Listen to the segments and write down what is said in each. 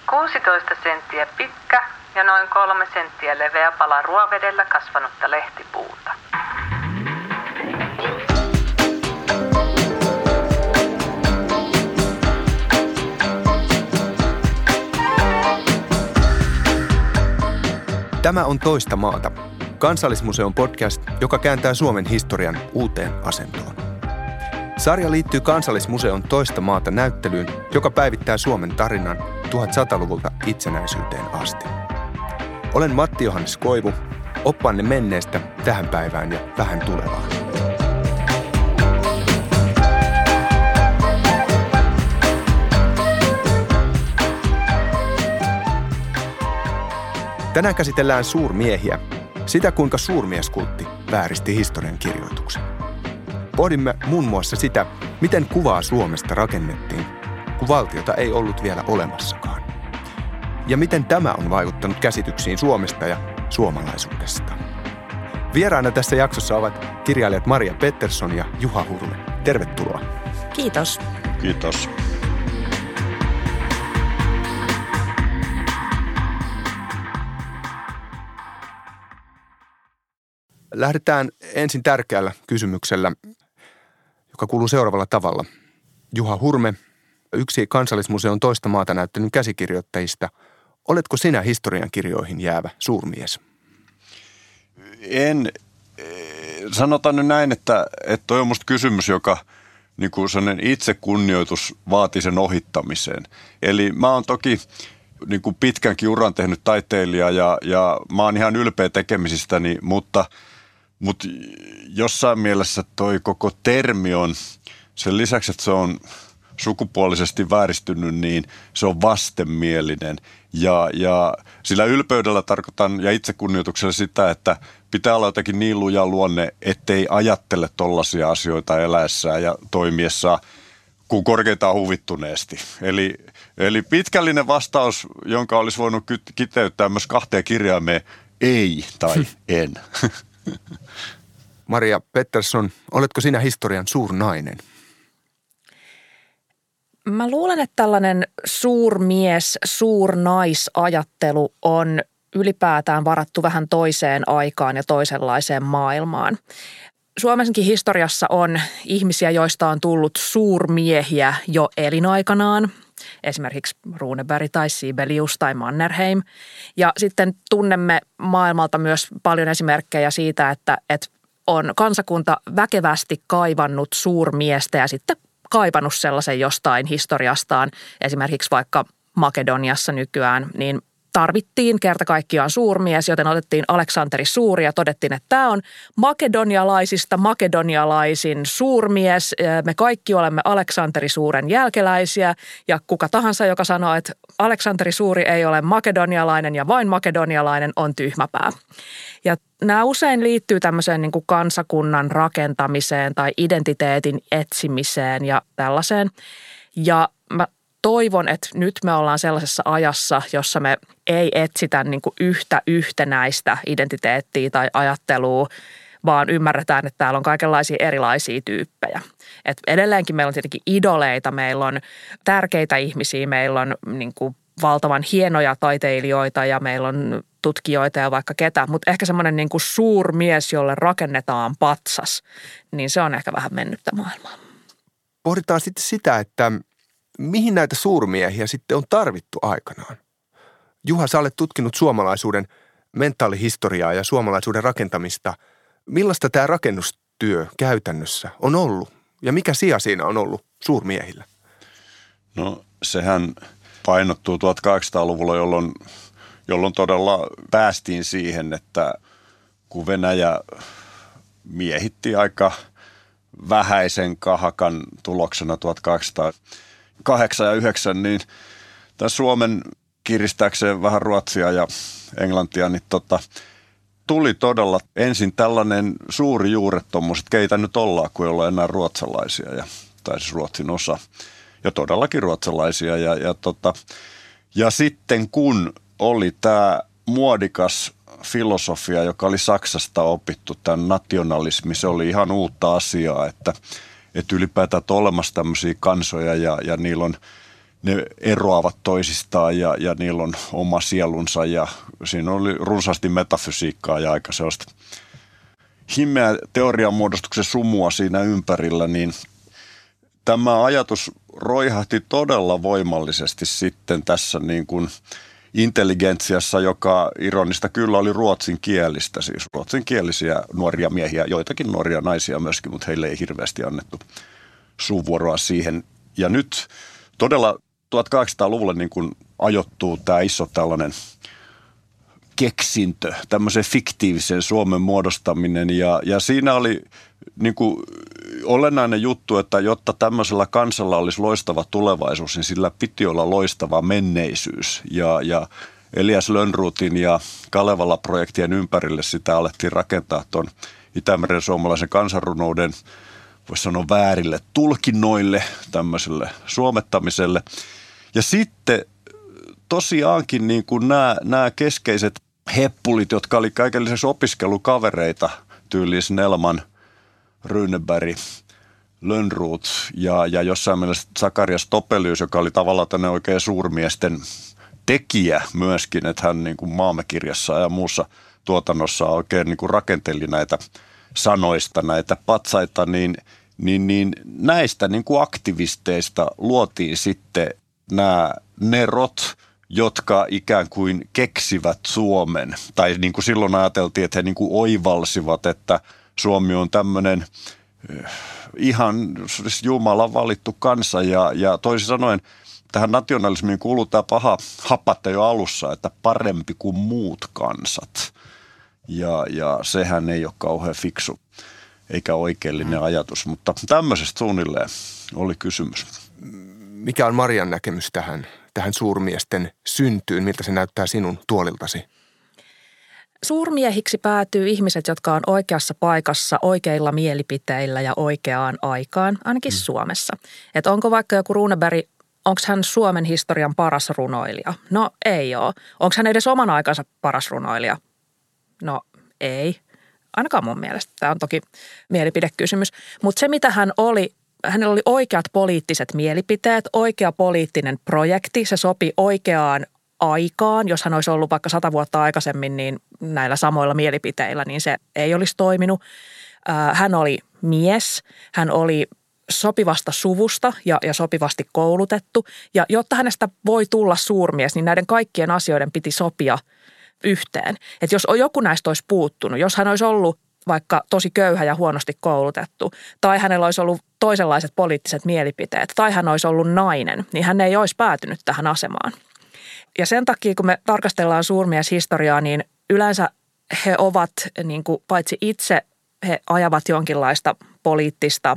16 senttiä pitkä ja noin 3 senttiä leveä pala ruovedellä kasvanutta lehtipuuta. Tämä on Toista maata, Kansallismuseon podcast, joka kääntää Suomen historian uuteen asentoon. Sarja liittyy Kansallismuseon Toista maata -näyttelyyn, joka päivittää Suomen tarinan 1100-luvulta itsenäisyyteen asti. Olen Matti Johannes Koivu, oppaanne menneestä tähän päivään ja vähän tulevaan. Tänään käsitellään suurmiehiä, sitä kuinka suurmieskultti vääristi historian kirjoituksen. Pohdimme muun muassa sitä, miten kuvaa Suomesta rakennettiin, kun valtiota ei ollut vielä olemassakaan. Ja miten tämä on vaikuttanut käsityksiin Suomesta ja suomalaisuudesta. Vieraana tässä jaksossa ovat kirjailijat Maria Pettersson ja Juha Hurme. Tervetuloa. Kiitos. Kiitos. Lähdetään ensin tärkeällä kysymyksellä, joka kuuluu seuraavalla tavalla. Juha Hurme, yksi Kansallismuseon Toista maata -näyttelyn käsikirjoittajista. Oletko sinä historiankirjoihin jäävä suurmies? En. Sanotaan nyt näin, että toi on musta kysymys, joka niin kuin sellainen itsekunnioitus vaatii sen ohittamiseen. Eli mä oon toki niin kuin pitkänkin uran tehnyt taiteilija ja mä oon ihan ylpeä tekemisistäni, mutta jossain mielessä toi koko termi on, sen lisäksi, että se on sukupuolisesti vääristynyt, niin se on vastenmielinen. Ja sillä ylpeydellä tarkoitan ja itsekunnioituksella sitä, että pitää olla jotenkin niin luja luonne, ettei ajattele tollaisia asioita eläessään ja toimiessaan kuin korkeintaan huvittuneesti. Eli pitkällinen vastaus, jonka olisi voinut kiteyttää myös 2 kirjaimeen, ei tai en. Maria Pettersson, oletko sinä historian suurnainen? Mä luulen, että tällainen suurmies, suurnaisajattelu on ylipäätään varattu vähän toiseen aikaan ja toisenlaiseen maailmaan. Suomenkin historiassa on ihmisiä, joista on tullut suurmiehiä jo elinaikanaan. Esimerkiksi Runeberg tai Sibelius tai Mannerheim. Ja sitten tunnemme maailmalta myös paljon esimerkkejä siitä, että on kansakunta väkevästi kaivannut suurmiestä ja sitten kaivannut sellaisen jostain historiastaan. Esimerkiksi vaikka Makedoniassa nykyään, niin tarvittiin kerta kaikkiaan suurmies, joten otettiin Aleksanteri Suuri ja todettiin, että tämä on makedonialaisista makedonialaisin suurmies. Me kaikki olemme Aleksanteri Suuren jälkeläisiä ja kuka tahansa, joka sanoo, että Aleksanteri Suuri ei ole makedonialainen ja vain makedonialainen, on tyhmäpää. Ja nämä usein liittyy tämmöiseen niin kuin kansakunnan rakentamiseen tai identiteetin etsimiseen ja tällaiseen. Ja mä toivon, että nyt me ollaan sellaisessa ajassa, jossa me ei etsitä niin kuin yhtä yhtenäistä identiteettiä tai ajattelua, vaan ymmärretään, että täällä on kaikenlaisia erilaisia tyyppejä. Et edelleenkin meillä on tietenkin idoleita, meillä on tärkeitä ihmisiä, meillä on niin kuin valtavan hienoja taiteilijoita ja meillä on tutkijoita ja vaikka ketä, mutta ehkä semmoinen niin kuin suurmies, jolle rakennetaan patsas, niin se on ehkä vähän mennyttä maailmaa. Pohditaan sitten sitä, että mihin näitä suurmiehiä sitten on tarvittu aikanaan? Juha, sä olet tutkinut suomalaisuuden mentaalihistoriaa ja suomalaisuuden rakentamista. Millaista tämä rakennustyö käytännössä on ollut ja mikä sija siinä on ollut suurmiehillä? No sehän painottuu 1800-luvulla, jolloin todella päästiin siihen, että kun Venäjä miehitti aika vähäisen kahakan tuloksena 1808 ja 9, niin tämän Suomen kiristääkseen vähän Ruotsia ja Englantia, niin tuli todella ensin tällainen suuri juurettomuus, että keitä nyt ollaan, kun ei olla enää ruotsalaisia, tai siis Ruotsin osa, ja todellakin ruotsalaisia. Ja sitten kun oli tämä muodikas filosofia, joka oli Saksasta opittu, tämä nationalismi, se oli ihan uutta asiaa, että ylipäätään on olemassa tämmöisiä kansoja ja niillä on ne eroavat toisistaan ja niillä on oma sielunsa ja siinä oli runsaasti metafysiikkaa ja aika sellaista himmeä teoriamuodostuksen sumua siinä ympärillä, niin tämä ajatus roihahti todella voimallisesti sitten tässä niin kuin intelligentsiassa, joka ironista kyllä oli ruotsinkielistä, siis ruotsinkielisiä nuoria miehiä, joitakin nuoria naisia myöskin, mutta heille ei hirveästi annettu suuvuoroa siihen. Ja nyt todella 1800-luvulle niin kuin ajoittuu tämä iso tällainen keksintö, tämmöisen fiktiivisen Suomen muodostaminen ja siinä oli niin kuin olennainen juttu, että jotta tämmöisellä kansalla olisi loistava tulevaisuus, niin sillä piti olla loistava menneisyys ja Elias Lönnrotin ja Kalevala-projektien ympärille sitä alettiin rakentaa tuon Itämeren suomalaisen kansanrunouden, voisi sanoa väärille tulkinnoille, tämmöiselle suomettamiselle. Ja sitten tosiaankin niin kuin nämä keskeiset heppulit, jotka oli kaiken lisäksi opiskelukavereita, tyyliin Snellman, Runeberg, Lönnrot ja jossain mielessä Zacharias Topelius, joka oli tavallaan tänne oikein suurmiesten tekijä myöskin, että hän niin kuin Maamme-kirjassa ja muussa tuotannossa oikein niin kuin rakenteli näitä sanoista, näitä patsaita, niin näistä niin kuin aktivisteista luotiin sitten nämä nerot, jotka ikään kuin keksivät Suomen. Tai niin kuin silloin ajateltiin, että he niin kuin oivalsivat, että Suomi on tämmöinen ihan Jumalan valittu kansa ja toisin sanoen tähän nationalismiin kuuluu tämä paha hapatta jo alussa, että parempi kuin muut kansat. Ja sehän ei ole kauhean fiksu eikä oikeellinen ajatus, mutta tämmöisestä suunnilleen oli kysymys. Mikä on Marian näkemys tähän suurmiesten syntyyn? Miltä se näyttää sinun tuoliltasi? Suurmiehiksi päätyy ihmiset, jotka on oikeassa paikassa, oikeilla mielipiteillä ja oikeaan aikaan, ainakin Suomessa. Että onko vaikka joku Runeberg, onko hän Suomen historian paras runoilija? No ei ole. Onko hän edes oman aikansa paras runoilija? No ei. Ainakaan mun mielestä. Tämä on toki mielipidekysymys. Mutta se, mitä hänellä oli oikeat poliittiset mielipiteet, oikea poliittinen projekti, se sopi oikeaan aikaan. Jos hän olisi ollut vaikka 100 vuotta aikaisemmin, niin näillä samoilla mielipiteillä, niin se ei olisi toiminut. Hän oli mies, hän oli sopivasta suvusta ja sopivasti koulutettu. Ja jotta hänestä voi tulla suurmies, niin näiden kaikkien asioiden piti sopia yhteen. Että jos joku näistä olisi puuttunut, jos hän olisi ollut vaikka tosi köyhä ja huonosti koulutettu, tai hänellä olisi ollut toisenlaiset poliittiset mielipiteet, tai hän olisi ollut nainen, niin hän ei olisi päätynyt tähän asemaan. Ja sen takia, kun me tarkastellaan suurmieshistoriaa, niin yleensä he ovat, niin kuin, paitsi itse, he ajavat jonkinlaista poliittista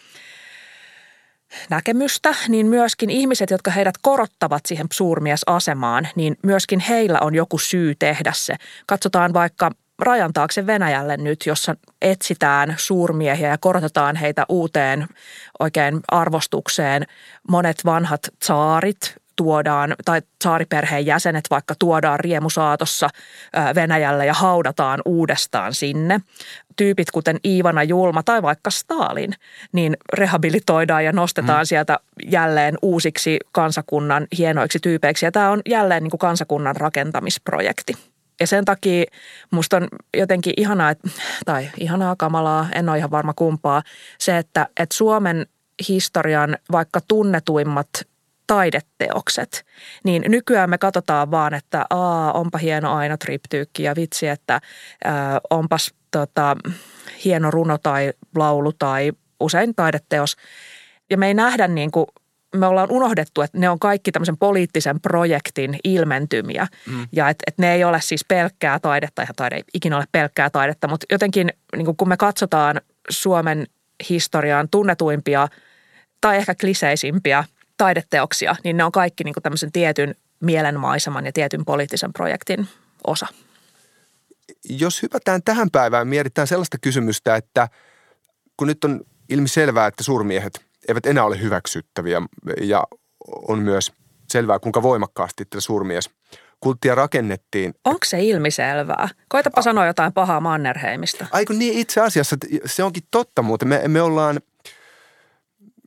näkemystä, niin myöskin ihmiset, jotka heidät korottavat siihen suurmiesasemaan, niin myöskin heillä on joku syy tehdä se. Katsotaan vaikka rajan taakse Venäjälle nyt, jossa etsitään suurmiehiä ja korotetaan heitä uuteen oikein arvostukseen. Monet vanhat tsaarit tuodaan, tai tsaariperheen jäsenet vaikka tuodaan riemusaatossa Venäjälle ja haudataan uudestaan sinne. Tyypit kuten Iivana Julma tai vaikka Stalin, niin rehabilitoidaan ja nostetaan sieltä jälleen uusiksi kansakunnan hienoiksi tyypeiksi. Ja tämä on jälleen niin kuin kansakunnan rakentamisprojekti. Ja sen takia musta on jotenkin ihanaa kamalaa, en ole ihan varma kumpaa, se, että Suomen historian vaikka tunnetuimmat taideteokset, niin nykyään me katsotaan vaan, että onpa hieno Aino triptyykki ja vitsi, että onpas hieno runo tai laulu tai usein taideteos. Ja me ei nähdä niin kuin, me ollaan unohdettu, että ne on kaikki tämmöisen poliittisen projektin ilmentymiä. Ja että ne ei ole siis pelkkää taidetta, ihan taide ei ikinä ole pelkkää taidetta, mutta jotenkin niin kuin kun me katsotaan Suomen historian tunnetuimpia tai ehkä kliseisimpiä taideteoksia, niin ne on kaikki niin kuin tämmöisen tietyn mielenmaiseman ja tietyn poliittisen projektin osa. Jos hypätään tähän päivään, mietitään sellaista kysymystä, että kun nyt on ilmiselvää, että suurmiehet eivät enää ole hyväksyttäviä ja on myös selvää, kuinka voimakkaasti tätä suurmieskulttia rakennettiin. Onko se ilmiselvää? Koitapa sanoa jotain pahaa Mannerheimista. Aiku niin, itse asiassa se onkin totta muuten. Me ollaan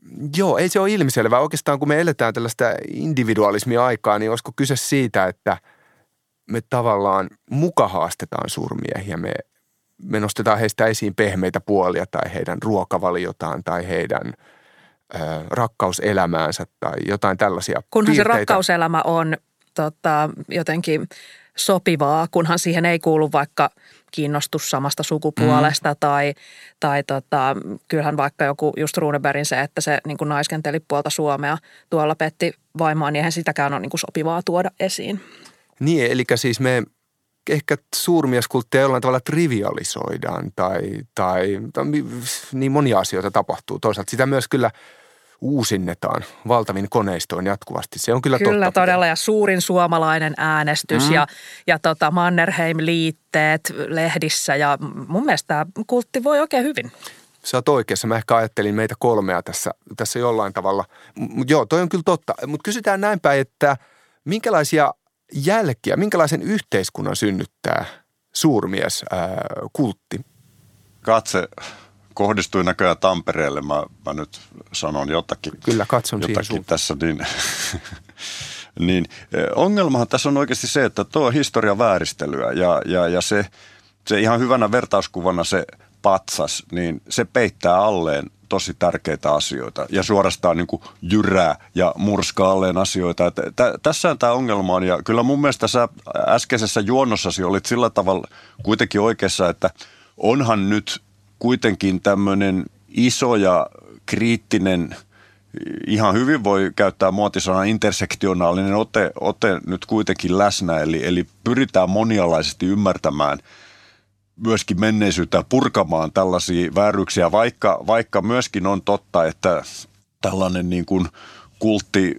Joo, ei se ole ilmiselvää. Oikeastaan kun me eletään tällaista individualismia-aikaa, niin olisiko kyse siitä, että me tavallaan mukahaastetaan suurmiehiä. Me nostetaan heistä esiin pehmeitä puolia tai heidän ruokavaliotaan tai heidän rakkauselämäänsä tai jotain tällaisia kunhan piirteitä. Se rakkauselämä on jotenkin sopivaa, kunhan siihen ei kuulu vaikka kiinnostus samasta sukupuolesta tai kyllähän vaikka joku just Runebergin se, että se niin kuin naiskenteli puolta Suomea tuolla petti vaimoa, niin eihän sitäkään ole niin kuin sopivaa tuoda esiin. Niin, eli siis me ehkä suurmieskulttia jollain tavalla trivialisoidaan tai niin monia asioita tapahtuu. Toisaalta sitä myös kyllä uusinnetaan valtavin koneistoin jatkuvasti. Se on kyllä totta. Kyllä todella, ja suurin suomalainen äänestys ja Mannerheim-liitteet lehdissä, ja mun mielestä tämä kultti voi oikein hyvin. Sä oot oikeassa. Mä ehkä ajattelin meitä kolmea tässä jollain tavalla. Joo, toi on kyllä totta. Mutta kysytään näin päin, että minkälaisia jälkiä, minkälaisen yhteiskunnan synnyttää suurmieskultti? Katse kohdistui näköjään Tampereelle. Mä nyt sanon jotakin. Kyllä, katson siihen suuntaan. Tässä niin ongelmahan tässä on oikeasti se, että tuo on historian vääristelyä ja se ihan hyvänä vertauskuvana se patsas, niin se peittää alleen tosi tärkeitä asioita ja suorastaan niin kuin jyrää ja murskaa alleen asioita. Tässä on tämä ongelma on, ja kyllä mun mielestä sä äskeisessä juonnossasi olit sillä tavalla kuitenkin oikeassa, että onhan nyt kuitenkin tämmöinen iso ja kriittinen, ihan hyvin voi käyttää muotisanaa intersektionaalinen ote nyt kuitenkin läsnä, eli pyritään monialaisesti ymmärtämään myöskin menneisyyttä ja purkamaan tällaisia vääryyksiä, vaikka myöskin on totta, että tällainen niin kuin kultti,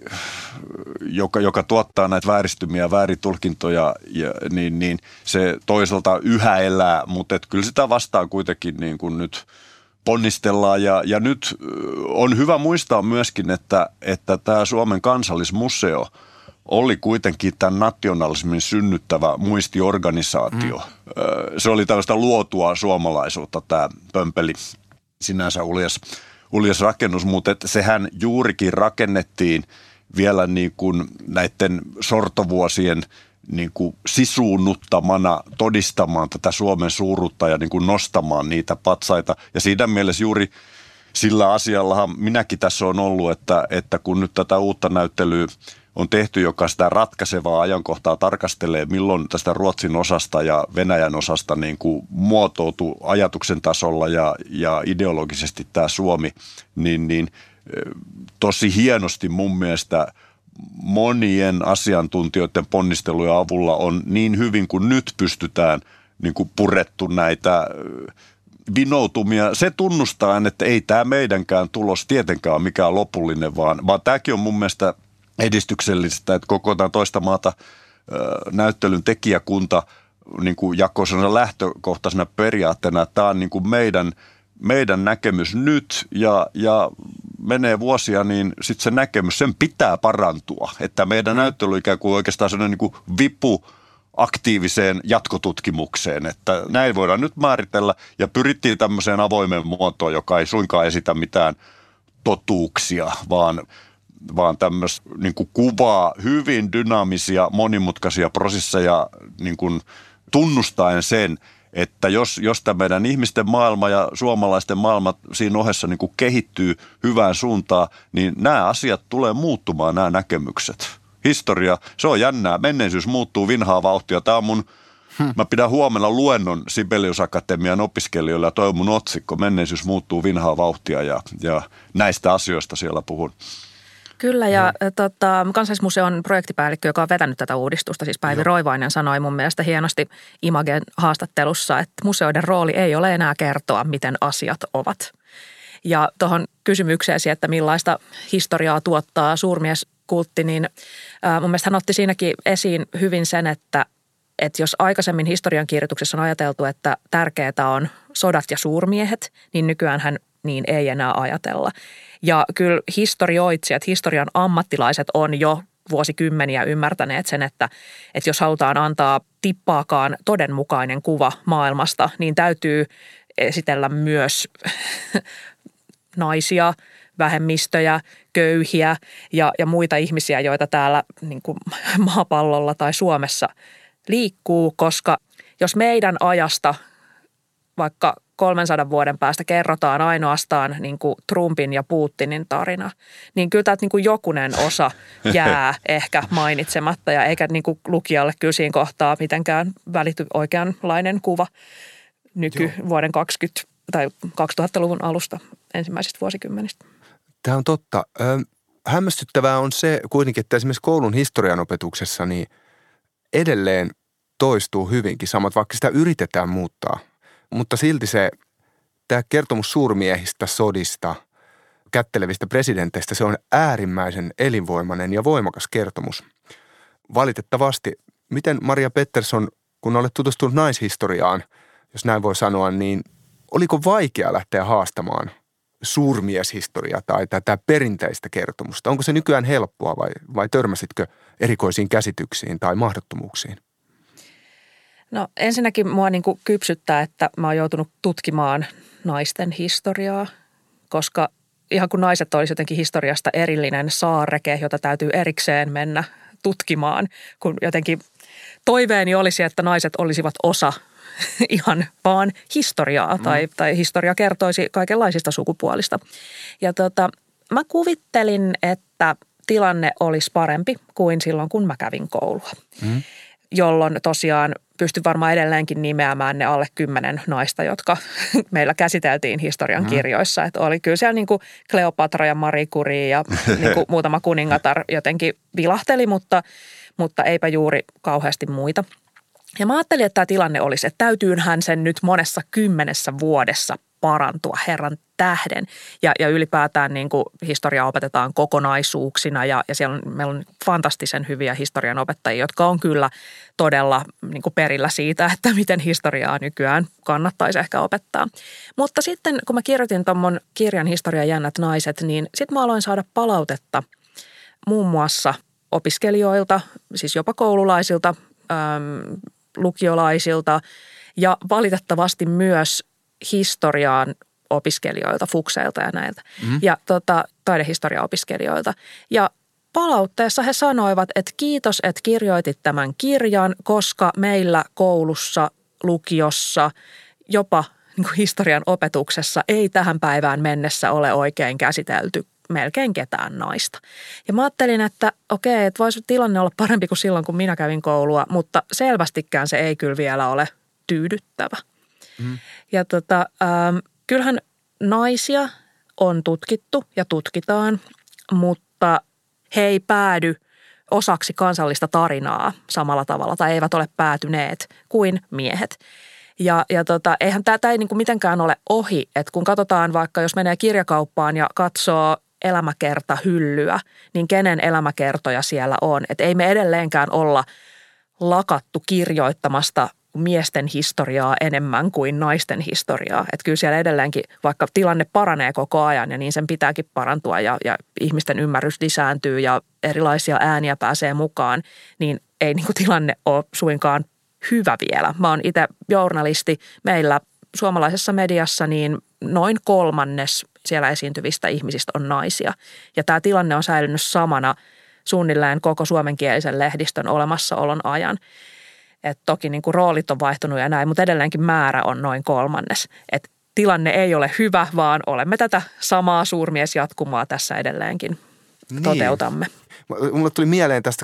joka tuottaa näitä vääristymiä ja vääritulkintoja, niin se toisaalta yhä elää, mutta kyllä sitä vastaan kuitenkin niin kuin nyt ponnistellaan. Ja nyt on hyvä muistaa myöskin, että tämä Suomen kansallismuseo oli kuitenkin tämän nationalismin synnyttävä muistiorganisaatio. Se oli tällaista luotua suomalaisuutta, tämä pömpeli, sinänsä uljas rakennus, mutta sehän juurikin rakennettiin vielä niin kuin näiden sortovuosien niin kuin sisuunnuttamana todistamaan tätä Suomen suuruutta ja niin kuin nostamaan niitä patsaita. Ja siinä mielessä juuri sillä asiallahan minäkin tässä on ollut, että kun nyt tätä uutta näyttelyä on tehty, joka sitä ratkaisevaa ajankohtaa tarkastelee, milloin tästä Ruotsin osasta ja Venäjän osasta niin kuin muotoutuu ajatuksen tasolla ja ideologisesti tämä Suomi, niin tosi hienosti mun mielestä monien asiantuntijoiden ponnistelujen avulla on niin hyvin kuin nyt pystytään niin kuin purettu näitä vinoutumia. Se tunnustaa, että ei tämä meidänkään tulos tietenkään ole mikään lopullinen, vaan tämäkin on mun mielestä edistyksellistä, että koko tämän toista maata näyttelyn tekijäkunta niin kuin jakoi sellaisena lähtökohtaisena periaatteena, että tämä on niin kuin meidän näkemys nyt ja menee vuosia, niin sitten se näkemys, sen pitää parantua, että meidän näyttely ikään kuin oikeastaan sellainen niin kuin vipu aktiiviseen jatkotutkimukseen, että näin voidaan nyt määritellä ja pyrittiin tämmöiseen avoimeen muotoon, joka ei suinkaan esitä mitään totuuksia, vaan tämmöistä niin kuin kuvaa hyvin dynaamisia, monimutkaisia prosesseja niin kuin tunnustaen sen, että jos tämä meidän ihmisten maailma ja suomalaisten maailma siinä ohessa niin kuin kehittyy hyvään suuntaan, niin nämä asiat tulee muuttumaan, nämä näkemykset. Historia, se on jännää. Menneisyys muuttuu vinhaa vauhtia. Tämä on mä pidän huomenna luennon Sibelius Akatemian opiskelijoille ja toi on mun otsikko. Menneisyys muuttuu vinhaa vauhtia ja näistä asioista siellä puhun. Kyllä, ja Kansallismuseon projektipäällikkö, joka on vetänyt tätä uudistusta, siis Päivi Roivainen, sanoi mun mielestä hienosti Imagen haastattelussa, että museoiden rooli ei ole enää kertoa, miten asiat ovat. Ja tuohon kysymykseesi, että millaista historiaa tuottaa suurmieskultti, niin mun mielestä hän otti siinäkin esiin hyvin sen, että jos aikaisemmin historiankirjoituksessa on ajateltu, että tärkeää on sodat ja suurmiehet, niin nykyäänhän niin ei enää ajatella. Ja kyllä historioitsijat, historian ammattilaiset on jo vuosikymmeniä ymmärtäneet sen, että jos halutaan antaa tippaakaan todenmukainen kuva maailmasta, niin täytyy esitellä myös naisia, vähemmistöjä, köyhiä ja muita ihmisiä, joita täällä niin kuin maapallolla tai Suomessa liikkuu, koska jos meidän ajasta vaikka 300 vuoden päästä kerrotaan ainoastaan niin kuin Trumpin ja Putinin tarina, niin kyllä täältä niin kuin jokunen osa jää ehkä mainitsematta ja eikä niin kuin lukijalle kyllä siinä kohtaa mitenkään välity oikeanlainen kuva vuoden 20 tai 2000-luvun alusta ensimmäisistä vuosikymmenistä. Tämä on totta. Hämmästyttävää on se kuitenkin, että esimerkiksi koulun historianopetuksessa niin edelleen toistuu hyvinkin samat, vaikka sitä yritetään muuttaa. Mutta silti tämä kertomus suurmiehistä, sodista, kättelevistä presidenteistä, se on äärimmäisen elinvoimainen ja voimakas kertomus. Valitettavasti, miten Maria Pettersson, kun olet tutustunut naishistoriaan, jos näin voi sanoa, niin oliko vaikea lähteä haastamaan suurmieshistoriaa tai tätä perinteistä kertomusta? Onko se nykyään helppoa vai törmäsitkö erikoisiin käsityksiin tai mahdottomuuksiin? No ensinnäkin mua niin kuin kypsyttää, että mä oon joutunut tutkimaan naisten historiaa, koska ihan kun naiset olisi jotenkin historiasta erillinen saareke, jota täytyy erikseen mennä tutkimaan, kun jotenkin toiveeni olisi, että naiset olisivat osa ihan vaan historiaa tai historia kertoisi kaikenlaisista sukupuolista. Ja mä kuvittelin, että tilanne olisi parempi kuin silloin, kun mä kävin koulua, jolloin tosiaan pystyn varmaan edelleenkin nimeämään ne alle 10 naista, jotka meillä käsiteltiin historian kirjoissa. Että oli kyllä siellä niin kuin Kleopatra ja Marie Curie ja niin kuin muutama kuningatar jotenkin vilahteli, mutta eipä juuri kauheasti muita. Ja mä ajattelin, että tämä tilanne olisi, että täytyyhän sen nyt monessa 10 vuodessa parantua Herran tähden. Ja ylipäätään niin kuin historiaa opetetaan kokonaisuuksina ja meillä on fantastisen hyviä historianopettajia, jotka on kyllä todella niin kuin perillä siitä, että miten historiaa nykyään kannattaisi ehkä opettaa. Mutta sitten kun mä kirjoitin tuon kirjan Historian jännät naiset, niin sitten mä aloin saada palautetta muun muassa opiskelijoilta, siis jopa koululaisilta, lukiolaisilta ja valitettavasti myös historiaan opiskelijoilta, fukseilta ja näiltä ja taidehistoriaopiskelijoilta. Ja palautteessa he sanoivat, että kiitos, että kirjoitit tämän kirjan, koska meillä koulussa, lukiossa, jopa niin kuin historian opetuksessa ei tähän päivään mennessä ole oikein käsitelty melkein ketään naista. Ja mä ajattelin, että okei, että voisi tilanne olla parempi kuin silloin, kun minä kävin koulua, mutta selvästikään se ei kyllä vielä ole tyydyttävä. Ja kyllähän naisia on tutkittu ja tutkitaan, mutta he ei päädy osaksi kansallista tarinaa samalla tavalla tai eivät ole päätyneet kuin miehet. Ja eihän tämä ei niin kuin mitenkään ole ohi, että kun katsotaan vaikka, jos menee kirjakauppaan ja katsoo elämäkertahyllyä, niin kenen elämäkertoja siellä on. Että ei me edelleenkään olla lakattu kirjoittamasta miesten historiaa enemmän kuin naisten historiaa. Että kyllä siellä edelleenkin, vaikka tilanne paranee koko ajan ja niin sen pitääkin parantua ja ihmisten ymmärrys lisääntyy ja erilaisia ääniä pääsee mukaan, niin ei niin kuin tilanne ole suinkaan hyvä vielä. Mä oon itse journalisti. Meillä suomalaisessa mediassa niin noin 1/3 siellä esiintyvistä ihmisistä on naisia. Ja tämä tilanne on säilynyt samana suunnilleen koko suomenkielisen lehdistön olemassaolon ajan. Että toki niin kuin roolit on vaihtunut ja näin, mutta edelleenkin määrä on noin 1/3. Että tilanne ei ole hyvä, vaan olemme tätä samaa suurmiesjatkumaa tässä edelleenkin toteutamme. Mulle tuli mieleen tästä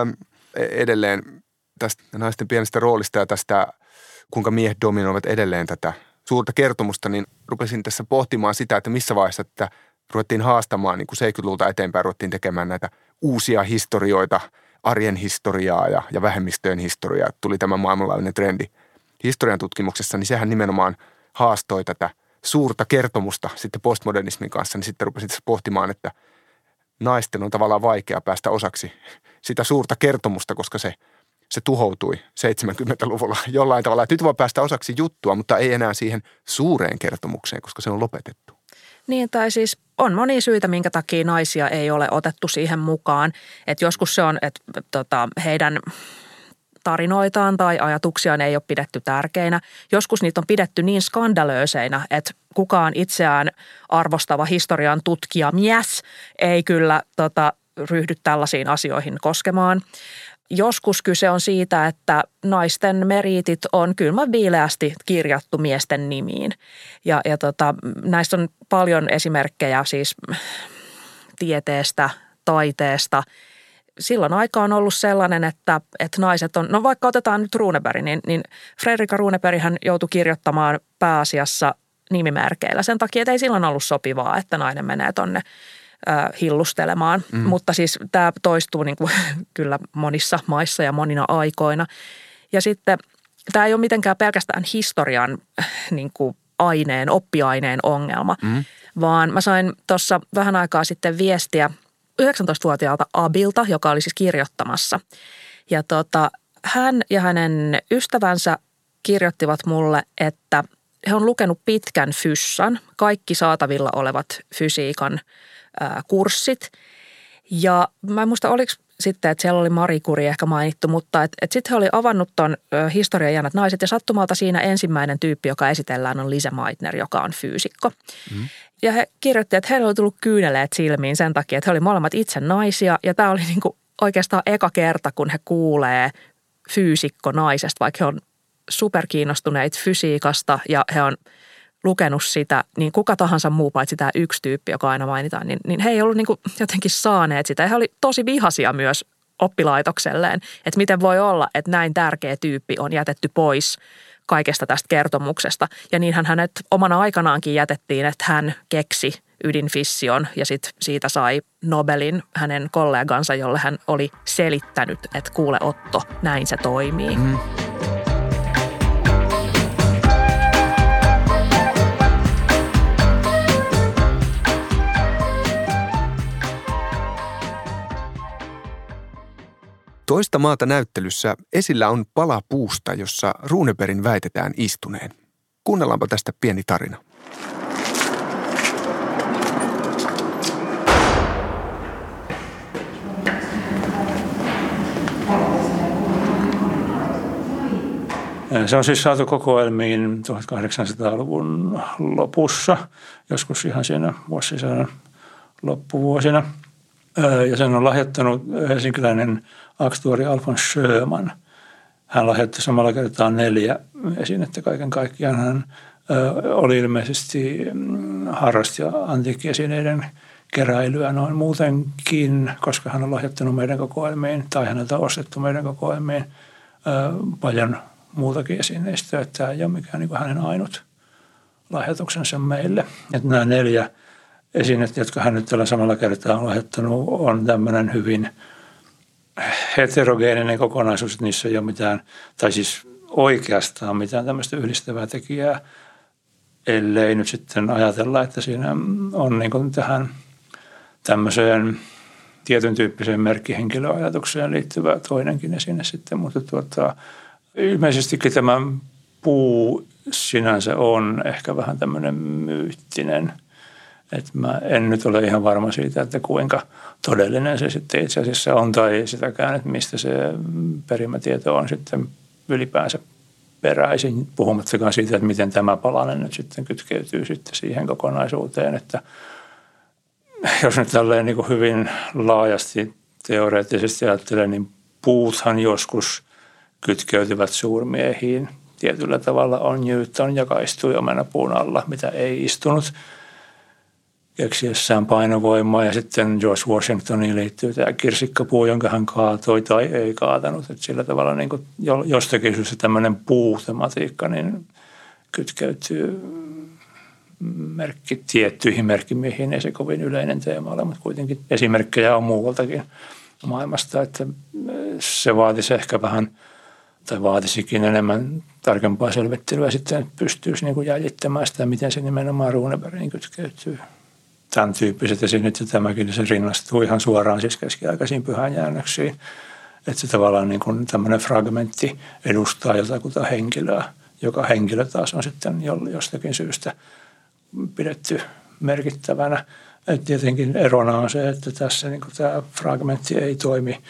edelleen tästä naisten pienestä roolista ja tästä, kuinka miehet dominoivat edelleen tätä suurta kertomusta, niin rupesin tässä pohtimaan sitä, että missä vaiheessa tätä ruvettiin haastamaan, niin kuin 70-luvulta eteenpäin ruvettiin tekemään näitä uusia historioita, arjen historiaa ja vähemmistöjen historiaa. Tuli tämä maailmanlaajuinen trendi historian tutkimuksessa, niin sehän nimenomaan haastoi tätä suurta kertomusta sitten postmodernismin kanssa, niin sitten rupesin tässä pohtimaan, että naisten on tavallaan vaikea päästä osaksi sitä suurta kertomusta, koska se tuhoutui 70-luvulla jollain tavalla. Että nyt voi päästä osaksi juttua, mutta ei enää siihen suureen kertomukseen, koska se on lopetettu. Niin, tai siis on monia syitä, minkä takia naisia ei ole otettu siihen mukaan. Että joskus se on, että heidän tarinoitaan tai ajatuksiaan ei ole pidetty tärkeinä. Joskus niitä on pidetty niin skandalöiseinä, että kukaan itseään arvostava historian tutkija mies ei kyllä ryhdy tällaisiin asioihin koskemaan. Joskus kyse on siitä, että naisten meriitit on kylmän viileästi kirjattu miesten nimiin. Ja näistä on paljon esimerkkejä siis tieteestä, taiteesta. Silloin aika on ollut sellainen, että naiset on, no vaikka otetaan nyt Runeberg, niin Fredrika Runeberg hän joutui kirjoittamaan pääasiassa nimimerkeillä sen takia, että ei silloin ollut sopivaa, että nainen menee tonne hillustelemaan. Mutta siis tämä toistuu niin kuin kyllä monissa maissa ja monina aikoina. Ja sitten tämä ei ole mitenkään pelkästään historian niin kuin oppiaineen ongelma, vaan mä sain tuossa vähän aikaa sitten viestiä 19-vuotiaalta Abilta, joka oli siis kirjoittamassa. Ja hän ja hänen ystävänsä kirjoittivat mulle, että he on lukenut pitkän fyssan, kaikki saatavilla olevat fysiikan kurssit. Ja mä en muista, oliko sitten, että siellä oli Marie Curie ehkä mainittu, mutta että sitten he oli avannut ton historian jännät naiset ja sattumalta siinä ensimmäinen tyyppi, joka esitellään, on Lise Meitner, joka on fyysikko. Ja he kirjoittivat, että heillä oli tullut kyyneleet silmiin sen takia, että he oli molemmat itse naisia ja tämä oli niinku oikeastaan eka kerta, kun he kuulee fyysikko naisesta, vaikka he on superkiinnostuneet fysiikasta ja he on lukenut sitä, niin kuka tahansa muu paitsi tämä yksi tyyppi, joka aina mainitaan, niin he ei ollut niinku jotenkin saaneet sitä. Ja he oli tosi vihaisia myös oppilaitokselleen, että miten voi olla, että näin tärkeä tyyppi on jätetty pois kaikesta tästä kertomuksesta. Ja niinhän hänet omana aikanaankin jätettiin, että hän keksi ydinfission ja sitten siitä sai Nobelin hänen kollegansa, jolle hän oli selittänyt, että kuule Otto, näin se toimii. Toista maata näyttelyssä esillä on pala puusta, jossa Runebergin väitetään istuneen. Kuunnellaanpa tästä pieni tarina. Se on siis saatu kokoelmiin 1800-luvun lopussa, joskus ihan siinä vuosisadan loppuvuosina. Ja sen on lahjoittanut helsinkiläinen aktuari Alfons Sjöman. Hän lahjoitti samalla kertaa 4 esinettä kaiken kaikkiaan. Hän oli ilmeisesti harrasti antiikkiesineiden keräilyä noin muutenkin, koska hän on lahjoittanut meidän kokoelmiin tai häneltä ostettu meidän kokoelmiin paljon muutakin esineistöä. Tämä ei ole mikään niin kuin hänen ainut lahjoituksensa meille. Että nämä 4 esineet, jotka hän nyt tällä samalla kertaa on lahjoittanut, on tämmöinen hyvin heterogeeninen kokonaisuus, että niissä ei ole mitään, tai siis oikeastaan mitään tämmöistä yhdistävää tekijää, ellei nyt sitten ajatella, että siinä on niin kuin tähän tämmöiseen tietyn tyyppiseen merkkihenkilöajatukseen liittyvä toinenkin esine sitten, mutta ilmeisestikin tämä puu sinänsä on ehkä vähän tämmöinen myyttinen. Että mä en nyt ole ihan varma siitä, että kuinka todellinen se sitten itse asiassa on tai sitäkään, että mistä se perimätieto on sitten ylipäänsä peräisin. Puhumattakaan siitä, että miten tämä palanen nyt sitten kytkeytyy sitten siihen kokonaisuuteen. Että jos nyt tälleen niin kuin hyvin laajasti teoreettisesti ajattelee, niin puuthan joskus kytkeytyvät suurmiehiin. Tietyllä tavalla on Newton, joka istui omenapuun alla, mitä ei istunut keksiessään painovoimaa, ja sitten George Washingtoniin liittyy tämä kirsikkapuu, jonka hän kaatoi tai ei kaatanut. Että sillä tavalla niin kuin jostakin syystä tämmöinen puutematiikka niin kytkeytyy tiettyihin merkkimiehiin. Ei se kovin yleinen teema ole, mutta kuitenkin esimerkkejä on muualtakin maailmasta. Että se vaatisi ehkä vähän, tai vaatisikin enemmän tarkempaa selvittelyä sitten, että pystyisi niin kuin jäljittämään sitä, miten se nimenomaan Runebergiin kytkeytyy. Tämän tyyppiset esineet ja tämäkin se rinnastuu ihan suoraan siis keskiaikaisiin pyhäinjäännöksiin. Että se tavallaan niin kuin tämmöinen fragmentti edustaa jotakuta henkilöä, joka henkilö taas on sitten jostakin syystä pidetty merkittävänä. Et tietenkin erona on se, että tässä niin kuin tämä fragmentti ei toimi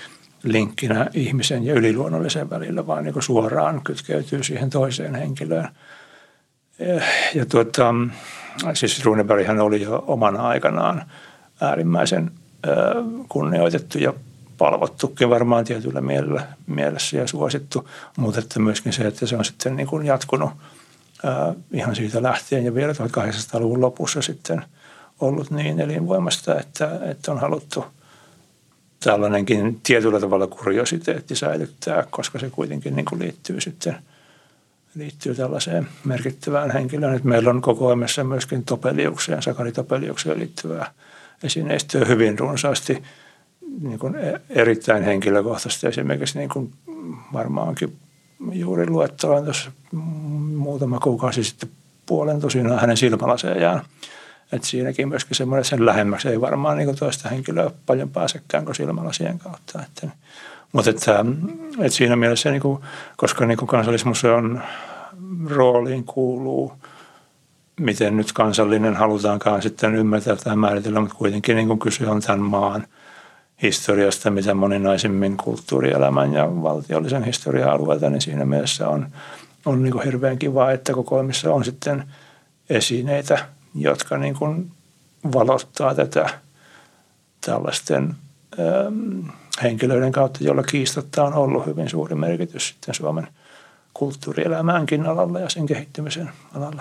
linkkinä ihmisen ja yliluonnollisen välillä, vaan niin kuin suoraan kytkeytyy siihen toiseen henkilöön. Ja siis Runeberghän oli jo omana aikanaan äärimmäisen kunnioitettu ja palvottukin varmaan tietyllä mielessä ja suosittu, mutta että myöskin se, että se on sitten niin kuin jatkunut ihan siitä lähtien ja vielä 1800-luvun lopussa sitten ollut niin elinvoimasta, että on haluttu tällainenkin tietyllä tavalla kuriositeetti säilyttää, koska se kuitenkin niin kuin liittyy tällaiseen merkittävään henkilöön. Että meillä on kokoelmassa myöskin Topeliukseen, Sakari Topeliukseen liittyvää esineistöä hyvin runsaasti, niin kuin erittäin henkilökohtaisesti. Esimerkiksi niin kuin varmaankin juuri luetteloin tuossa muutama kuukausi sitten 1,5 hänen silmälasejaan. Että siinäkin myöskin semmoinen, että sen lähemmäksi ei varmaan niin kuin toista henkilöä paljon pääsekään kuin silmälasien kautta. Mutta että siinä mielessä, niin kuin, koska niin kuin Kansallismuseon rooliin kuuluu, miten nyt kansallinen halutaankaan sitten ymmärtää tai määritellä, mutta kuitenkin niin kuin kyse on tämän maan historiasta, mitä moninaisimmin kulttuurielämän ja valtiollisen historian alueelta, niin siinä mielessä on niin kuin hirveän kiva, että kokoelmissa on sitten esineitä, jotka niin kuin valottaa tätä tällaisten henkilöiden kautta, jolla kiistatta on ollut hyvin suuri merkitys sitten Suomen kulttuurielämäänkin alalla ja sen kehittymisen alalla.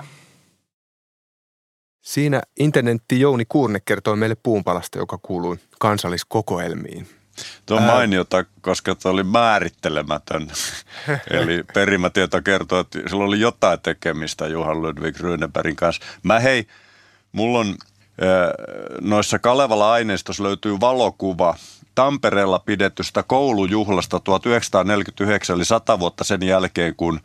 Siinä intendentti Jouni Kuurne kertoi meille puunpalasta, joka kuului kansalliskokoelmiin. Tuo on mainiota, koska tuo oli määrittelemätön. Eli perimätieto kertoo, että sillä oli jotain tekemistä Johan Ludvig Runebergin kanssa. Mulla on noissa Kalevala-aineistossa löytyy valokuva Tampereella pidetystä koulujuhlasta 1949, eli 100 vuotta sen jälkeen, kun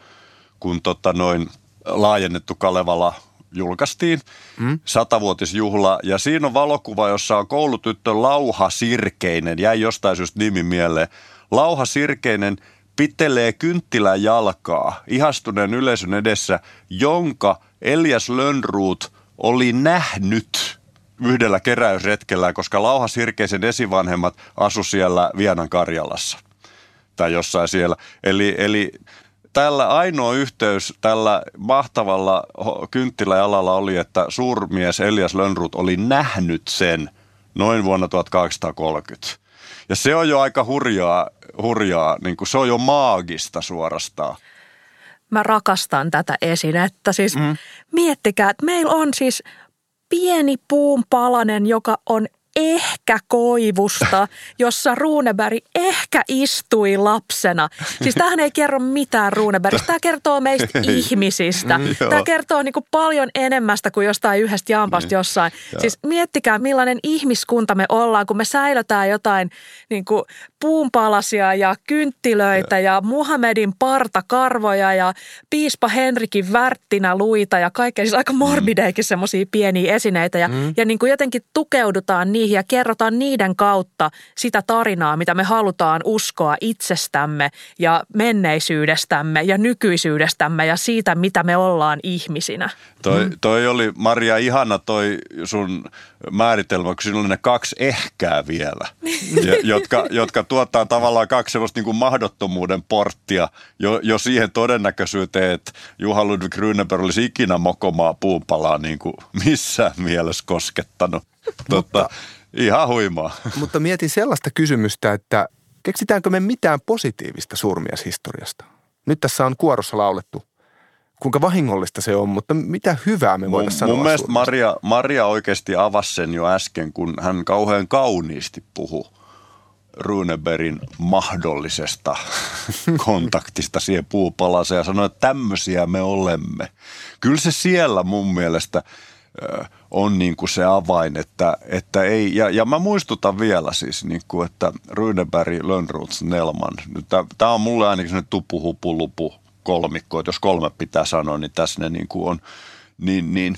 laajennettu Kalevala julkaistiin, 100-vuotisjuhla, ja siinä on valokuva, jossa on koulutyttö Lauha Sirkeinen, jäi jostain syystä nimi mieleen. Lauha Sirkeinen pitelee kynttilän jalkaa ihastuneen yleisön edessä, jonka Elias Lönnroth oli nähnyt yhdellä keräysretkellä, koska Lauha Sirkeisen esivanhemmat asu siellä Vienan Karjalassa tai jossain siellä. Eli tällä ainoa yhteys tällä mahtavalla kynttiläjalalla oli, että suurmies Elias Lönnroth oli nähnyt sen noin vuonna 1830. Ja se on jo aika hurjaa, niin kuin se on jo maagista suorastaan. Mä rakastan tätä esinettä. Siis miettikää, että meillä on siis pieni puunpalanen, joka on ehkä koivusta, jossa Runeberg ehkä istui lapsena. Siis tämähän ei kerro mitään Runebergistä. Tämä kertoo meistä ihmisistä. Tämä kertoo niin kuin paljon enemmästä kuin jostain yhdestä jampasta jossain. Siis miettikää, millainen ihmiskunta me ollaan, kun me säilötään jotain niin kuin puunpalasia ja kynttilöitä ja Muhammedin partakarvoja ja piispa Henrikin värttinäluita ja kaikkea. Siis aika morbideikin semmoisia pieniä esineitä ja niin kuin jotenkin tukeudutaan niihin ja kerrotaan niiden kautta sitä tarinaa, mitä me halutaan uskoa itsestämme ja menneisyydestämme ja nykyisyydestämme ja siitä, mitä me ollaan ihmisinä. Toi oli, Maria, ihana toi sun määritelmä, kun siinä oli ne 2 ehkää vielä, jotka tuottaa tavallaan 2 sellaista niin kuin mahdottomuuden porttia jo siihen todennäköisyyteen, että Johan Ludvig Runeberg olisi ikinä mokomaa puunpalaa niin kuin missään mielessä koskettanut. Ihan huimaa. Mutta mietin sellaista kysymystä, että keksitäänkö me mitään positiivista suurmieshistoriasta? Nyt tässä on kuorossa laulettu, kuinka vahingollista se on, mutta mitä hyvää me voidaan sanoa? Mun mielestä Maria oikeasti avasi sen jo äsken, kun hän kauhean kauniisti puhui Runebergin mahdollisesta kontaktista siihen puupalaseen ja sanoi, että tämmöisiä me olemme. Kyllä se siellä mun mielestä on niin kuin se avain, että ei, ja mä muistutan vielä siis, niin kuin, että Runeberg, Lönnroth, Snellman, tämä on mulle ainakin sellainen tupu, hupu, lupu kolmikko, että jos 3 pitää sanoa, niin tässä ne niin kuin on, niin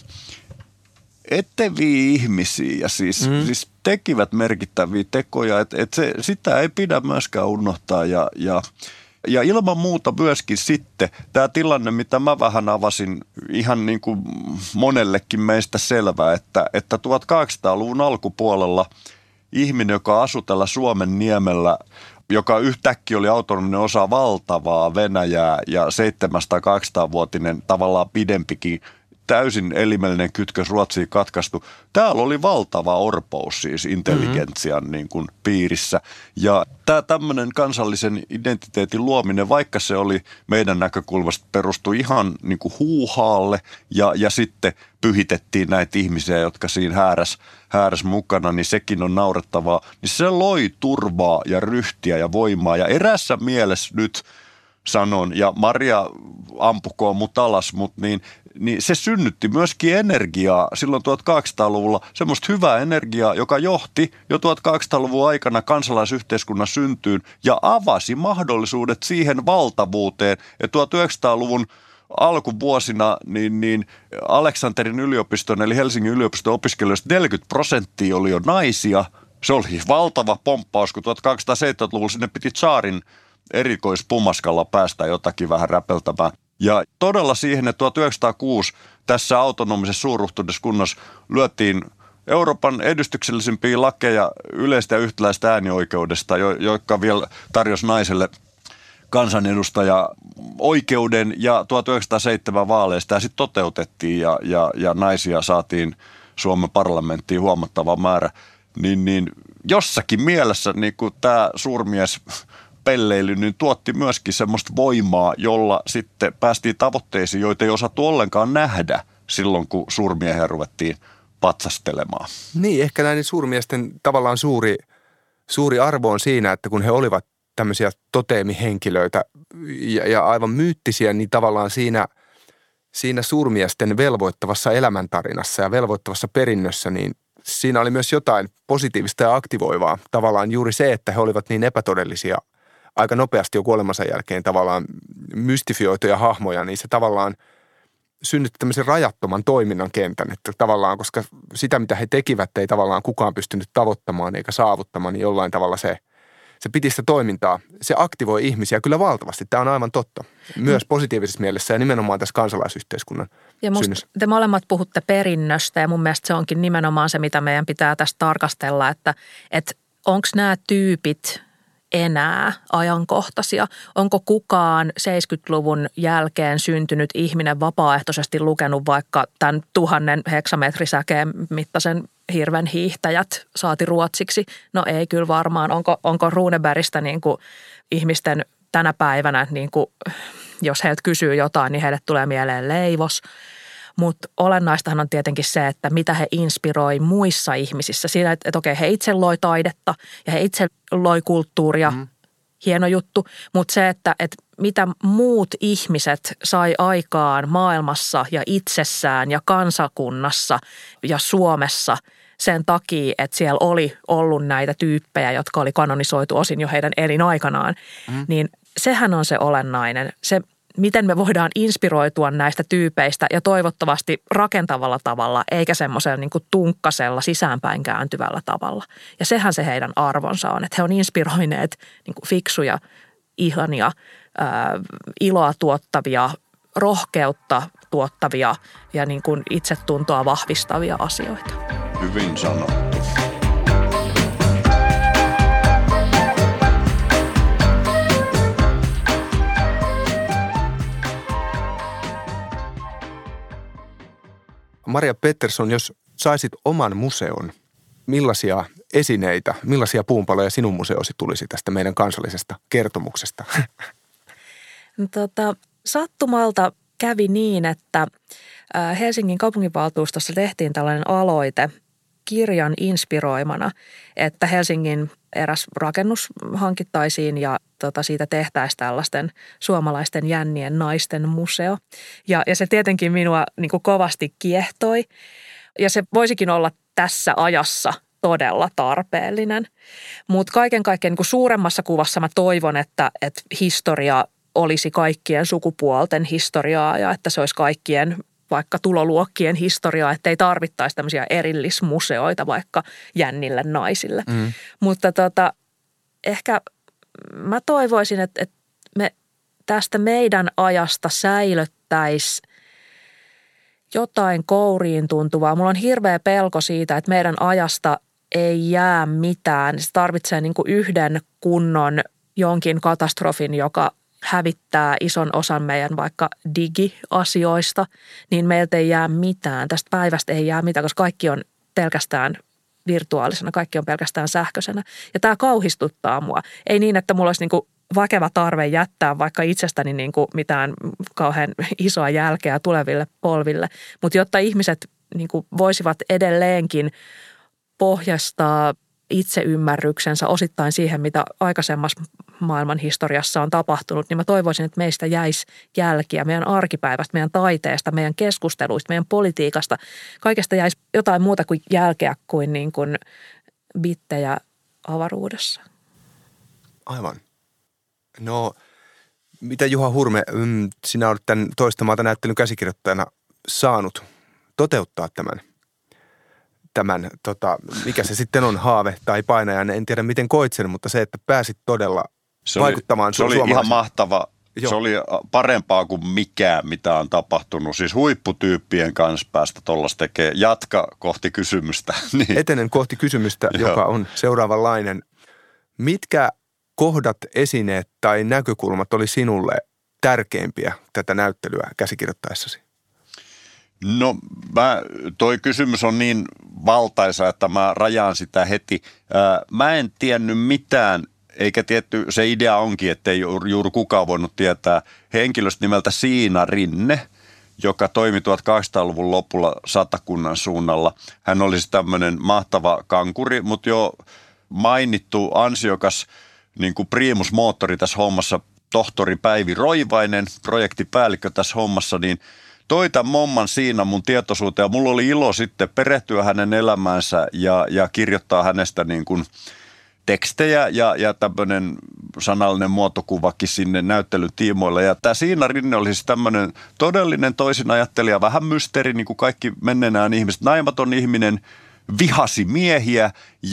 eteviä ihmisiä ja siis tekivät merkittäviä tekoja, että sitä ei pidä myöskään unohtaa ja ilman muuta myöskin sitten tämä tilanne, mitä mä vähän avasin, ihan niin kuin monellekin meistä selvää, että 1800-luvun alkupuolella ihminen, joka asui tällä Suomen niemellä, joka yhtäkkiä oli autonominen osa valtavaa Venäjää ja 700-800-vuotinen tavallaan pidempikin täysin elimellinen kytkös Ruotsiin katkaistu. Täällä oli valtava orpous siis intelligentsian niin kuin piirissä. Ja tämä tämmöinen kansallisen identiteetin luominen, vaikka se oli meidän näkökulmasta perustui ihan niin kuin huuhaalle ja sitten pyhitettiin näitä ihmisiä, jotka siinä hääräs mukana, niin sekin on naurettavaa. Niin se loi turvaa ja ryhtiä ja voimaa ja eräässä mielessä nyt sanon, ja Maria ampukoon mut alas, mutta niin se synnytti myöskin energiaa silloin 1800-luvulla, semmoista hyvää energiaa, joka johti jo 1800-luvun aikana kansalaisyhteiskunnan syntyyn ja avasi mahdollisuudet siihen valtavuuteen. Ja 1900-luvun alkuvuosina niin Aleksanterin yliopiston eli Helsingin yliopiston opiskelijoista 40% oli jo naisia. Se oli valtava pomppaus, kun 1870-luvulla sinne piti tsaarin erikoispumaskalla päästä jotakin vähän räpeltämään. Ja todella siihen, että 1906 tässä autonomisessa suurruhtinaskunnassa lyötiin Euroopan edistyksellisimpiä lakeja yleistä ja yhtäläistä äänioikeudesta, jotka vielä tarjosi naiselle kansanedustaja-oikeuden, ja 1907 vaaleista tämä sitten toteutettiin ja naisia saatiin Suomen parlamenttiin huomattava määrä. Niin jossakin mielessä niin kuin tämä suurmies pelleily niin tuotti myöskin semmoista voimaa, jolla sitten päästiin tavoitteisiin, joita ei osattu ollenkaan nähdä silloin, kun suurmiehiä ruvettiin patsastelemaan. Niin, ehkä näiden suurmiesten tavallaan suuri arvo on siinä, että kun he olivat tämmöisiä toteemihenkilöitä ja aivan myyttisiä, niin tavallaan siinä suurmiesten velvoittavassa elämäntarinassa ja velvoittavassa perinnössä, niin siinä oli myös jotain positiivista ja aktivoivaa. Tavallaan juuri se, että he olivat niin epätodellisia aika nopeasti jo kuolemansa jälkeen tavallaan mystifioituja hahmoja, niin se tavallaan synnytti tämmöisen rajattoman toiminnan kentän, että tavallaan, koska sitä, mitä he tekivät, ei tavallaan kukaan pystynyt tavoittamaan eikä saavuttamaan, niin jollain tavalla se piti sitä toimintaa. Se aktivoi ihmisiä kyllä valtavasti. Tämä on aivan totta. Myös positiivisessa mielessä ja nimenomaan tässä kansalaisyhteiskunnan synnys. Te molemmat puhutte perinnöstä ja mun mielestä se onkin nimenomaan se, mitä meidän pitää tässä tarkastella, että onko nämä tyypit enää ajankohtaisia? Onko kukaan 70-luvun jälkeen syntynyt ihminen vapaaehtoisesti lukenut vaikka tämän 1000 heksametrisäkeen mittaisen hirven hiihtäjät saati ruotsiksi? No ei kyllä varmaan. Onko Runebergistä niin kuin ihmisten tänä päivänä, niin kuin, jos heiltä kysyy jotain, niin heille tulee mieleen leivos. Mutta olennaistahan on tietenkin se, että mitä he inspiroi muissa ihmisissä. Siinä, että okei, he itse loi taidetta ja he itse loi kulttuuria, hieno juttu. Mutta se, että mitä muut ihmiset sai aikaan maailmassa ja itsessään ja kansakunnassa ja Suomessa sen takia, että siellä oli ollut näitä tyyppejä, jotka oli kanonisoitu osin jo heidän elinaikanaan, niin sehän on se olennainen. Se, miten me voidaan inspiroitua näistä tyypeistä ja toivottavasti rakentavalla tavalla, eikä semmoisella niin kuin tunkkasella sisäänpäin kääntyvällä tavalla. Ja sehän se heidän arvonsa on, että he on inspiroineet niin kuin fiksuja, ihania, iloa tuottavia, rohkeutta tuottavia ja niin kuin itsetuntoa vahvistavia asioita. Hyvin sanottu. Maria Pettersson, jos saisit oman museon, millaisia esineitä, millaisia puunpaloja sinun museosi tulisi tästä meidän kansallisesta kertomuksesta? Sattumalta kävi niin, että Helsingin kaupunginvaltuustossa tehtiin tällainen aloite kirjan inspiroimana, että Helsingin eräs rakennus hankittaisiin ja siitä tehtäisiin tällaisten suomalaisten jännien naisten museo. Ja se tietenkin minua niin kuin kovasti kiehtoi ja se voisikin olla tässä ajassa todella tarpeellinen. Mutta kaiken kaikkiaan niin kuin suuremmassa kuvassa mä toivon, että historia olisi kaikkien sukupuolten historiaa ja että se olisi kaikkien vaikka tuloluokkien historiaa, että ei tarvittaisi tämmöisiä erillismuseoita vaikka jännille naisille. Mutta ehkä mä toivoisin, että me tästä meidän ajasta säilöttäisiin jotain kouriin tuntuvaa. Mulla on hirveä pelko siitä, että meidän ajasta ei jää mitään. Se tarvitsee niin kuin yhden kunnon jonkin katastrofin, joka hävittää ison osan meidän vaikka digiasioista, niin meiltä ei jää mitään. Tästä päivästä ei jää mitään, koska kaikki on pelkästään virtuaalisena, kaikki on pelkästään sähköisenä. Ja tämä kauhistuttaa mua. Ei niin, että mulla olisi niinku vakeva tarve jättää vaikka itsestäni niinku mitään kauhean isoa jälkeä tuleville polville, mutta jotta ihmiset niinku voisivat edelleenkin pohjastaa itseymmärryksensä osittain siihen, mitä aikaisemmassa maailman historiassa on tapahtunut, niin mä toivoisin, että meistä jäisi jälkiä meidän arkipäivästä, meidän taiteesta, meidän keskusteluista, meidän politiikasta. Kaikesta jäisi jotain muuta kuin jälkeä kuin, niin kuin bittejä avaruudessa. Aivan. No, mitä Juha Hurme, sinä olet tämän Toista maata -näyttelyn käsikirjoittajana saanut toteuttaa tämän mikä se sitten on, haave tai painajan, en tiedä miten koit sen, mutta se, että pääsit todella vaikuttamaan se oli ihan mahtava. Joo. Se oli parempaa kuin mikään, mitä on tapahtunut. Siis huipputyyppien kanssa päästä tuollaista tekee. Jatka kohti kysymystä. Niin. Etenen kohti kysymystä, joka on seuraavanlainen. Mitkä kohdat, esineet tai näkökulmat oli sinulle tärkeimpiä tätä näyttelyä käsikirjoittaessasi? No toi kysymys on niin valtaisa, että mä rajaan sitä heti. Mä en tiennyt mitään, eikä tietty, se idea onkin, ettei juuri kukaan voinut tietää henkilöstä nimeltä Siina Rinne, joka toimi 1800-luvun lopulla Satakunnan suunnalla. Hän olisi tämmöinen mahtava kankuri, mutta jo mainittu ansiokas niin kuin primusmoottori tässä hommassa, tohtori Päivi Roivainen, projektipäällikkö tässä hommassa, niin toi tämän momman Siina mun tietoisuuteen ja mulla oli ilo sitten perehtyä hänen elämäänsä ja kirjoittaa hänestä niin kuin tekstejä ja tämmöinen sanallinen muotokuvakin sinne näyttelyn tiimoille. Ja tämä Siina Rinne oli siis tämmöinen todellinen toisinajattelija, vähän mysteeri, niin kuin kaikki menneenään ihmiset, naimaton ihminen, vihasi miehiä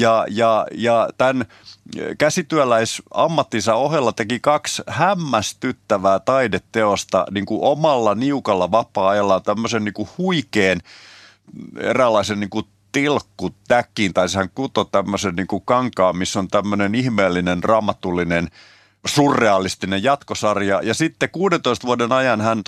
ja tämän käsityöläisammattinsa ohella teki 2 hämmästyttävää taideteosta niin kuin omalla niukalla vapaa-ajallaan tämmöisen niin kuin huikean eräänlaisen niin kuin tilkkutäkkiin, tai sehän kuto tämmöisen niin kuin kankaan, missä on tämmöinen ihmeellinen, raamatullinen, surrealistinen jatkosarja. Ja sitten 16 vuoden ajan hän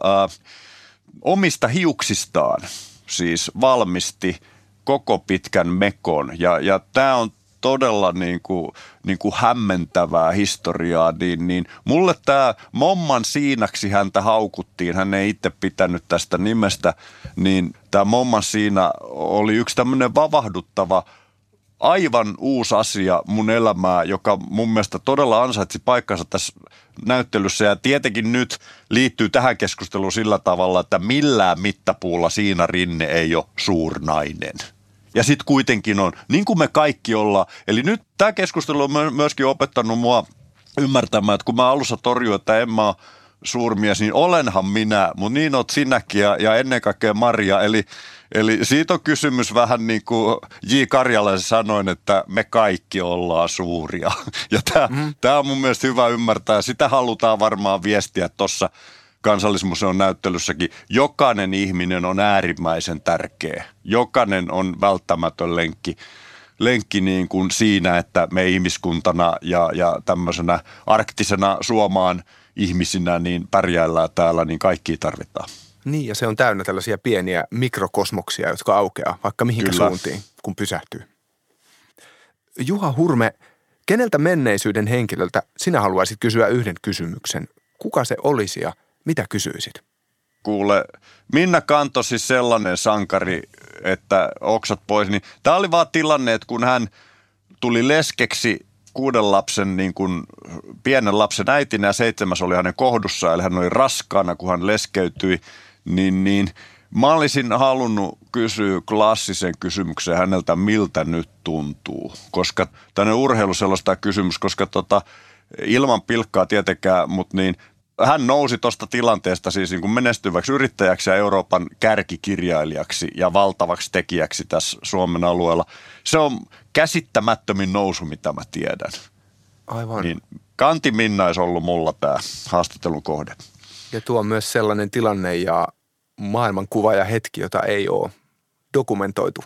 omista hiuksistaan siis valmisti koko pitkän mekon. Ja tämä on todella niin kuin hämmentävää historiaa, niin mulle tämä Momman Siinaksi häntä haukuttiin, hän ei itse pitänyt tästä nimestä, niin tämä Momman Siina oli yksi tämmöinen vavahduttava, aivan uusi asia mun elämää, joka mun mielestä todella ansaitsi paikkansa tässä näyttelyssä ja tietenkin nyt liittyy tähän keskusteluun sillä tavalla, että millään mittapuulla Siina Rinne ei ole suurnainen. Ja sitten kuitenkin on, niin kuin me kaikki ollaan. Eli nyt tämä keskustelu on myöskin opettanut mua ymmärtämään, että kun mä alussa torjuin, että en mä ole suurmies, niin olenhan minä, mutta niin oot sinäkin ja ennen kaikkea Maria. Eli siitä on kysymys vähän niin kuin J. Karjalaisen sanoin, että me kaikki ollaan suuria. Ja tämä on mun mielestä hyvä ymmärtää. Sitä halutaan varmaan viestiä tuossa Kansallismuseon näyttelyssäkin. Jokainen ihminen on äärimmäisen tärkeä. Jokainen on välttämätön lenkki niin kuin siinä, että me ihmiskuntana ja tämmöisenä arktisena Suomaan ihmisinä niin pärjäillään täällä, niin kaikkia tarvitaan. Niin, ja se on täynnä tällaisia pieniä mikrokosmoksia, jotka aukeaa vaikka mihinkä suuntiin, kun pysähtyy. Juha Hurme, keneltä menneisyyden henkilöltä sinä haluaisit kysyä yhden kysymyksen? Kuka se olisi ja mitä kysyisit? Kuule, Minna Kanto siis sellainen sankari, että oksat pois. Niin tämä oli vaan tilanne, että kun hän tuli leskeksi 6 lapsen, niin kuin pienen lapsen äitinä ja 7 oli hänen kohdussaan, eli hän oli raskaana, kun hän leskeytyi, niin mä olisin halunnut kysyä klassisen kysymyksen häneltä, miltä nyt tuntuu, koska tänne urheilu sellaista kysymys, koska ilman pilkkaa tietenkään, mutta niin hän nousi tuosta tilanteesta siis niin kuin menestyväksi yrittäjäksi ja Euroopan kärkikirjailijaksi ja valtavaksi tekijäksi tässä Suomen alueella. Se on käsittämättömin nousu, mitä mä tiedän. Aivan. Niin Kanti Minna olisi ollut mulla tämä haastattelun kohde. Ja tuo on myös sellainen tilanne ja maailmankuva ja hetki, jota ei ole dokumentoitu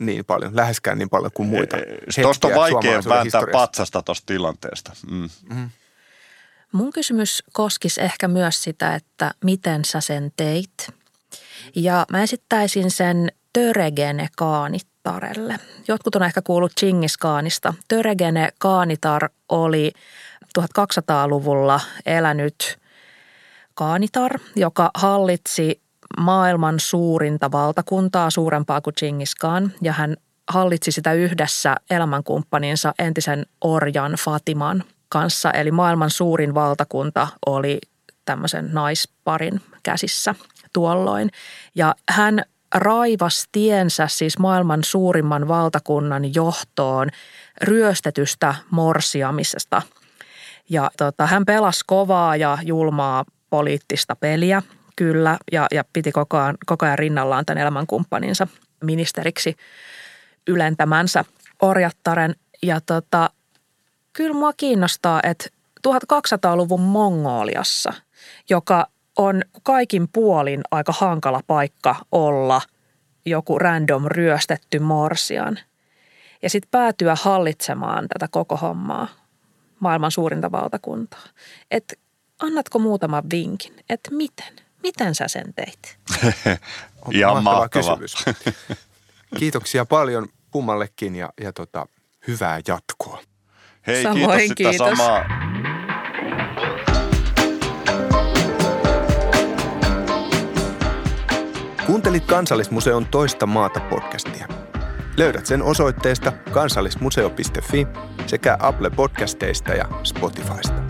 niin paljon, läheskään niin paljon kuin muita hetkiä. Tuosta on vaikea vääntää patsasta tuosta tilanteesta. Mun kysymys koskisi ehkä myös sitä, että miten sä sen teit. Ja mä esittäisin sen Töregene Kaanittarelle. Jotkut on ehkä kuullut Chingis Khanista. Töregene Kaanitar oli 1200-luvulla elänyt kaanitar, joka hallitsi maailman suurinta valtakuntaa, suurempaa kuin Chingis Khan, ja hän hallitsi sitä yhdessä elämänkumppaninsa entisen orjan Fatiman kanssa. Eli maailman suurin valtakunta oli tämmöisen naisparin käsissä tuolloin. Ja hän raivasi tiensä siis maailman suurimman valtakunnan johtoon ryöstetystä morsiamisesta. Ja hän pelasi kovaa ja julmaa poliittista peliä, kyllä, ja piti koko ajan rinnallaan tämän elämänkumppaninsa ministeriksi ylentämänsä orjattaren. Ja kyllä mua kiinnostaa, että 1200-luvun Mongoliassa, joka on kaikin puolin aika hankala paikka olla joku random ryöstetty morsian. Ja sitten päätyä hallitsemaan tätä koko hommaa, maailman suurinta valtakuntaa. Että annatko muutaman vinkin, että miten sä sen teit? Ihan mahtava kysymys. Kiitoksia paljon kummallekin ja hyvää jatkoa. Hei, Samoin, kiitos sitä samaa. Kuuntelit Kansallismuseon Toista maata podcastia. Löydät sen osoitteesta kansallismuseo.fi sekä Apple Podcasteista ja Spotifysta.